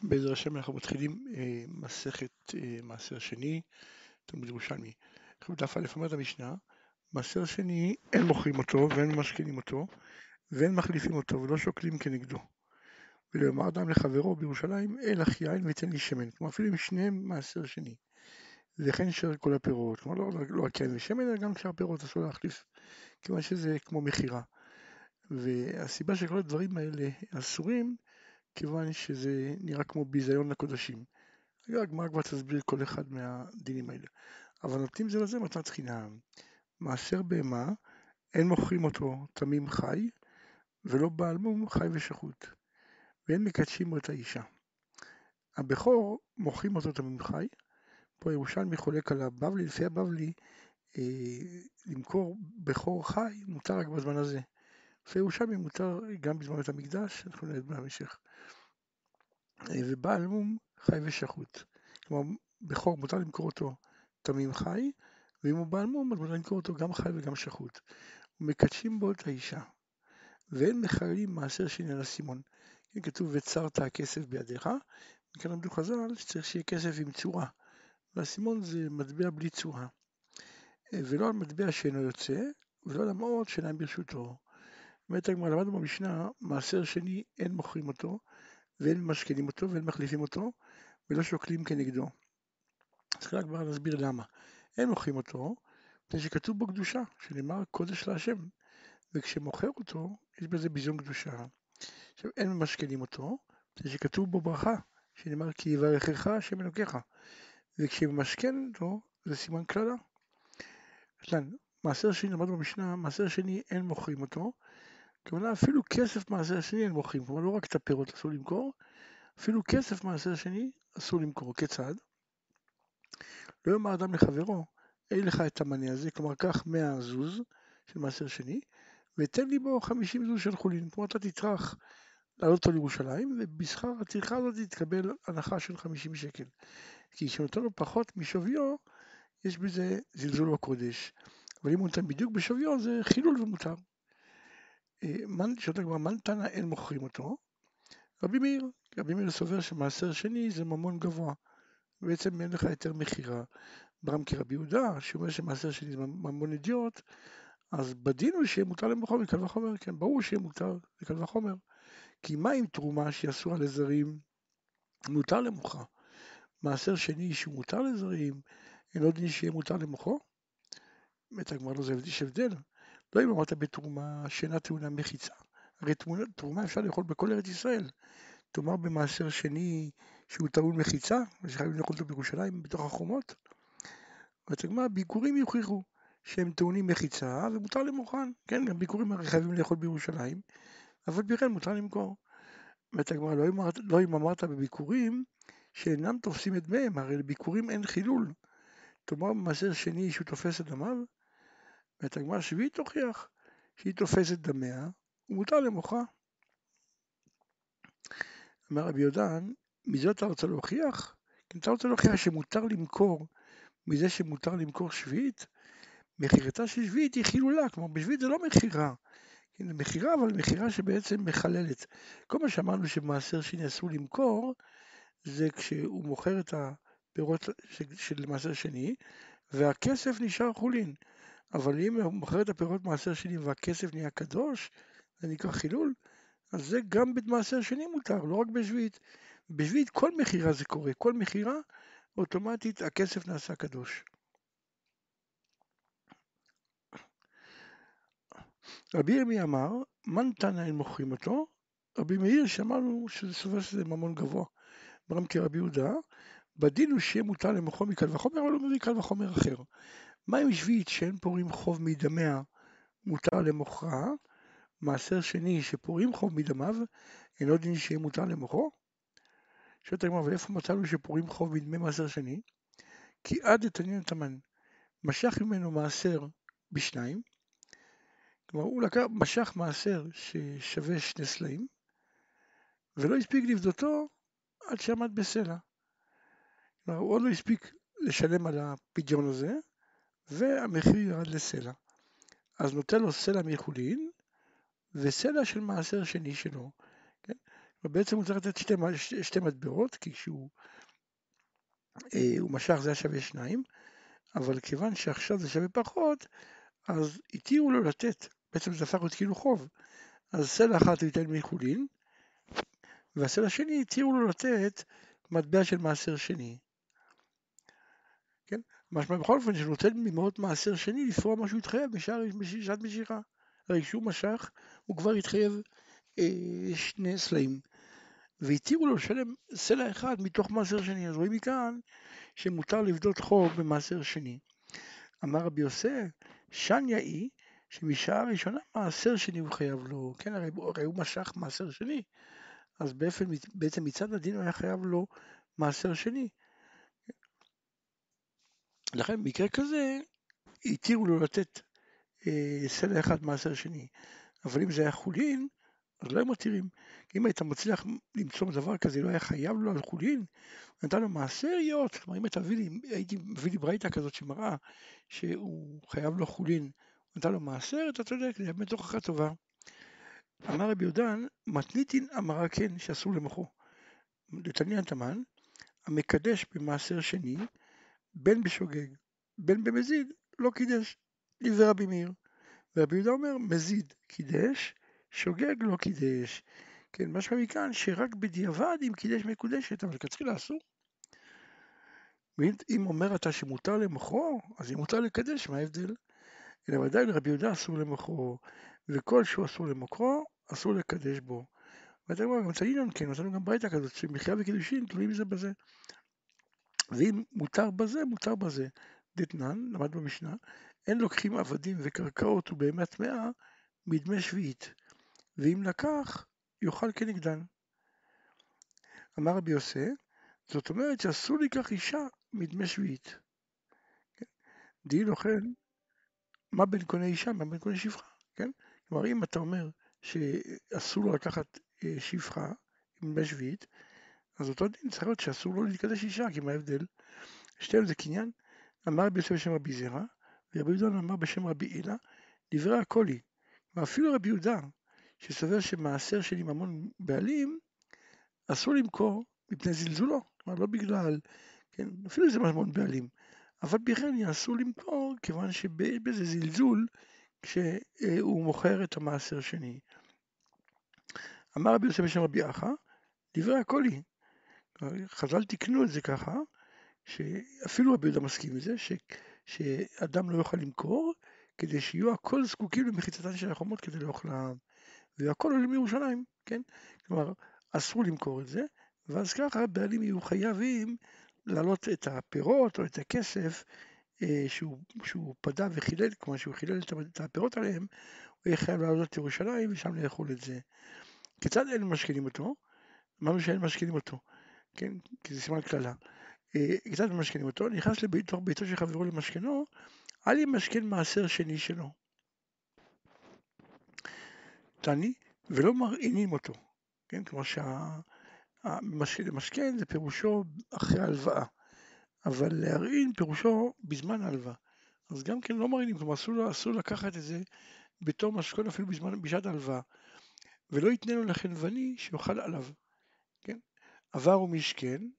בעזרת השם אנחנו מתחילים מסכת מעשר שני, תלמוד ירושלמי. אנחנו בדף א' אומרת המשנה, מעשר שני אין מוכרים אותו ואין משכינים אותו ואין מחליפים אותו ולא שוקלים כנגדו. ולאמר אדם לחברו בירושלים, אל אח יין ותן לי שמן. כלומר אפילו אם שניהם מעשר שני. וכן שאר כל הפירות. כלומר לא רק יין ושמן אלא גם שאר פירות אסור להחליף. כיוון שזה כמו מכירה. והסיבה שכל הדברים האלה אסורים, כיוון שזה נראה כמו ביזיון לקודשים. הגמרא כבר תסביר כל אחד מהדינים האלה. אבל נותנים זה לזה מתנת חינם. מעשר בהמה, אין מוכרים אותו תמים חי, ולא בעל מום חי ושחוט. ואין מקדשים בו את האישה. הבכור מוכרים אותו תמים חי, פה ירושלמי חולק על הבבלי, לפי הבבלי, למכור בכור חי מותר רק בזמן הזה. לפי ירושלמי מותר גם בזמן בית המקדש, אנחנו נראה בהמשך. ובעל מום חי ושחוט. כלומר, בכור מותר למכור אותו תמים חי, ואם הוא בעל מום, אז מותר למכור אותו גם חי וגם שחוט. ומקדשים בו את האישה. ואין מחללים מעשר שני על הסימון. כן, כתוב וצרת הכסף בידיך, וכאן למדו חז"ל שצריך שיהיה כסף עם צורה. והסימון זה מטבע בלי צורה. ולא על מטבע שאינו יוצא, ולא על המעות שאינם ברשותו. באמת הגמרא למדנו במשנה, מעשר שני אין מוכרים אותו, ואין משכנים אותו ואין מחליפים אותו, ולא שוקלים כנגדו. צריך רק כבר להסביר למה. אין מוכרים אותו, מפני שכתוב בו קדושה, שנאמר קודש להשם, וכשמוכר אותו, יש בזה ביזיון קדושה. עכשיו, אין ממשכנים אותו, מפני שכתוב בו ברכה, שנאמר כי יברכך השם אלוקיך, וכשמשכן אותו, זה סימן קללה. ישנן, מעשר שני למדנו במשנה, מעשר שני אין מוכרים אותו, כמובן אפילו כסף מעשר שני אין מוכרים, כלומר לא רק את הפירות אסור למכור, אפילו כסף מעשר שני אסור למכור. כיצד? לא יאמר אדם לחברו, אין לך את המנה הזה, כלומר קח 100 זוז של מעשר שני, ותן לי בו 50 זוז של חולין. כלומר אתה תטרח לעלות אותו לירושלים, ובשכר הטרחה הזאת תתקבל הנחה של 50 שקל. כי כשנותן לו פחות משוויו, יש בזה זלזול בקודש. אבל אם הוא נותן בדיוק בשוויו, זה חילול ומותר. שואלת הגמרא, מן תנא אין מוכרים אותו? רבי מאיר סובר שמעשר שני זה ממון גבוה. בעצם אין לך יותר מכירה. ברם כרבי יהודה, שאומר שמעשר שני זה ממון אידיוט, אז בדין הוא שיהיה מותר למוכר מקל וחומר, כן, ברור שיהיה מותר מקל וחומר. כי מה עם תרומה שהיא אסורה לזרים, מותר למוכר. מעשר שני שהוא מותר לזרים, אין עוד דין שיהיה מותר למוכרו? באמת הגמרא לא זה, יש הבדל. לא אם אמרת בתרומה שאינה טעונה מחיצה, הרי תרומה אפשר לאכול בכל ארץ ישראל. תאמר במעשר שני שהוא טעון מחיצה, ושחייבים לאכול אותו בירושלים בתוך החומות. ואת הגמרא, ביקורים יוכיחו שהם טעונים מחיצה ומותר למוכרן. כן, גם ביקורים הרי חייבים לאכול בירושלים, אבל בכלל מותר למכור. ואת הגמרא, לא אם אמרת בביקורים שאינם תופסים את דמיהם, הרי לביקורים אין חילול. תאמר במעשר שני שהוא תופס את דמיו, ואת הגמרא שביעית תוכיח שהיא תופסת דמיה ומותר למוכרה. אמר רבי יהודן, מזה אתה רוצה להוכיח? אם אתה רוצה להוכיח שמותר למכור מזה שמותר למכור שביעית, מכירתה של שביעית היא חילולה, כלומר בשביעית זה לא מכירה, זה מכירה אבל מכירה שבעצם מחללת. כל מה שאמרנו שמעשר שני אסור למכור, זה כשהוא מוכר את הפירות של מעשר שני, והכסף נשאר חולין. אבל אם הוא מוכר את הפירות מעשר שני והכסף נהיה קדוש, זה נקרא חילול, אז זה גם במעשר שני מותר, לא רק בשביעית. בשביעית כל מכירה זה קורה, כל מכירה אוטומטית הכסף נעשה קדוש. רבי ירמיה אמר, מן תנא אין מוכרים אותו? רבי מאיר שאמרנו שזה סובר שזה ממון גבוה. ברם כרבי יהודה, בדין הוא שיהיה מותר למוכרו מקל וחומר, אבל הוא מביא קל וחומר אחר. מה עם שביעית שאין פורים חוב מדמיה מותר למוכרה? מעשר שני שפורים חוב מדמיו, אינו דין שיהיה מותר למוכרו? שואלת הגמרא, ואיפה מצאנו שפורים חוב מדמי מעשר שני? כי עד דתניא תמן, משך ממנו מעשר בשניים, כלומר הוא משך מעשר ששווה 2 סלעים, ולא הספיק לפדותו עד שעמד בסלע. כלומר הוא עוד לא הספיק לשלם על הפדיון הזה, והמחיר ירד לסלע. אז נותן לו סלע מחולין, וסלע של מעשר שני שלו. כן? ובעצם הוא צריך לתת שתי מטבעות, כי כשהוא משך זה היה שווה 2, אבל כיוון שעכשיו זה שווה פחות, אז התירו לו לתת, בעצם זה הפך להיות כאילו חוב, אז סלע אחת הוא ייתן מחולין, והסלע השני התירו לו לתת מטבע של מעשר שני. כן? משמע בכל אופן שהוא נותן ממאות מעשר שני לפרוע מה שהוא התחייב בשעת משיכה. הרי כשהוא משך, הוא כבר התחייב 2 סלעים, והתירו לו לשלם סלע אחד מתוך מעשר שני. אז רואים מכאן שמותר לבדות חוב במעשר שני. אמר רבי יוסף, שניה היא שמשעה ראשונה מעשר שני הוא חייב לו, כן, הרי הוא משך מעשר שני, אז בעצם מצד הדין הוא היה חייב לו מעשר שני. לכן במקרה כזה התירו לו לתת סלע אחד מעשר שני, אבל אם זה היה חולין, אז לא היו מתירים. אם היית מצליח למצוא דבר כזה, לא היה חייב לו על חולין, נתן לו מעשר יות. כלומר, אם הייתי מביא לי ברייתא כזאת שמראה שהוא חייב לו חולין, נתן לו מעשר, אתה צודק, זה באמת הוכחה טובה. אמר רבי יהודן, מתניתין אמרה כן, שאסור למוחו. דתניא תמן, המקדש במעשר שני, בין בשוגג, בין במזיד, לא קידש. דברי רבי מאיר. ורבי יהודה אומר, מזיד קידש, שוגג לא קידש. כן, משמע מכאן שרק בדיעבד אם קידש מקודשת, אבל כתחילה אסור. ואם אומר אתה שמותר למוכרו, אז אם מותר לקדש, מה ההבדל? אלא ודאי לרבי יהודה אסור למוכרו, וכל שהוא אסור למוכרו, אסור לקדש בו. ואתה אומר, גם צדינון כן, מצאנו גם ברייתא כזאת, שמחיה וקידושין תלויים זה בזה. ואם מותר בזה, מותר בזה. דתנן, למד במשנה, אין לוקחים עבדים וקרקעות ובהמה טמאה מדמי שביעית, ואם לקח, יאכל כנגדן. אמר רבי יוסף, זאת אומרת שאסור לקח אישה מדמי שביעית. דהי לכן, מה בין קונה אישה, מה בין קונה שפחה, כן? כלומר, אם אתה אומר שאסור לו לקחת שפחה עם דמי שביעית, אז אותו דין צריך להיות שאסור לו להתקדש אישה, כי מה ההבדל? שתיהם זה קניין. אמר רבי יוסף בשם רבי זרע, ורבי יהודה אמר בשם רבי הילה, דברי הקולי. ואפילו רבי יהודה, שסובר שמעשר של ממון בעלים, אסור למכור מפני זלזולו, כלומר לא בגלל, כן, אפילו זה ממון בעלים, אבל בכלל אסור למכור כיוון שיש בזה זלזול כשהוא מוכר את המעשר שני. אמר רבי יוסף בשם רבי אחא, דברי הקולי. חז"ל תיקנו את זה ככה, שאפילו רבי יהודה מסכים עם זה, שאדם לא יוכל למכור, כדי שיהיו הכל זקוקים למחיצתן של החומות כדי לאכול העם, והכל עולים מירושלים, כן? כלומר, אסור למכור את זה, ואז ככה הבעלים יהיו חייבים להעלות את הפירות או את הכסף שהוא פדה וחילל, כלומר שהוא חילל את הפירות עליהם, הוא יהיה חייב לעלות לירושלים ושם לאכול את זה. כיצד אין משכינים אותו? אמרנו שאין משכינים אותו, כן? כי זה סימן כללה. כיצד משכינים אותו? נכנס לתוך ביתו של חברו למשכנו, אל ימשכן מעשר שני שלו. תני, ולא מרעינים אותו, כן? כלומר למשכן זה פירושו אחרי ההלוואה, אבל להרעין פירושו בזמן ההלוואה. אז גם כן לא מרעינים, כלומר אסור לקחת את זה בתור משכון אפילו בשעת ההלוואה, ולא יתננו לחנווני שיאכל עליו, כן? עבר ומשכן,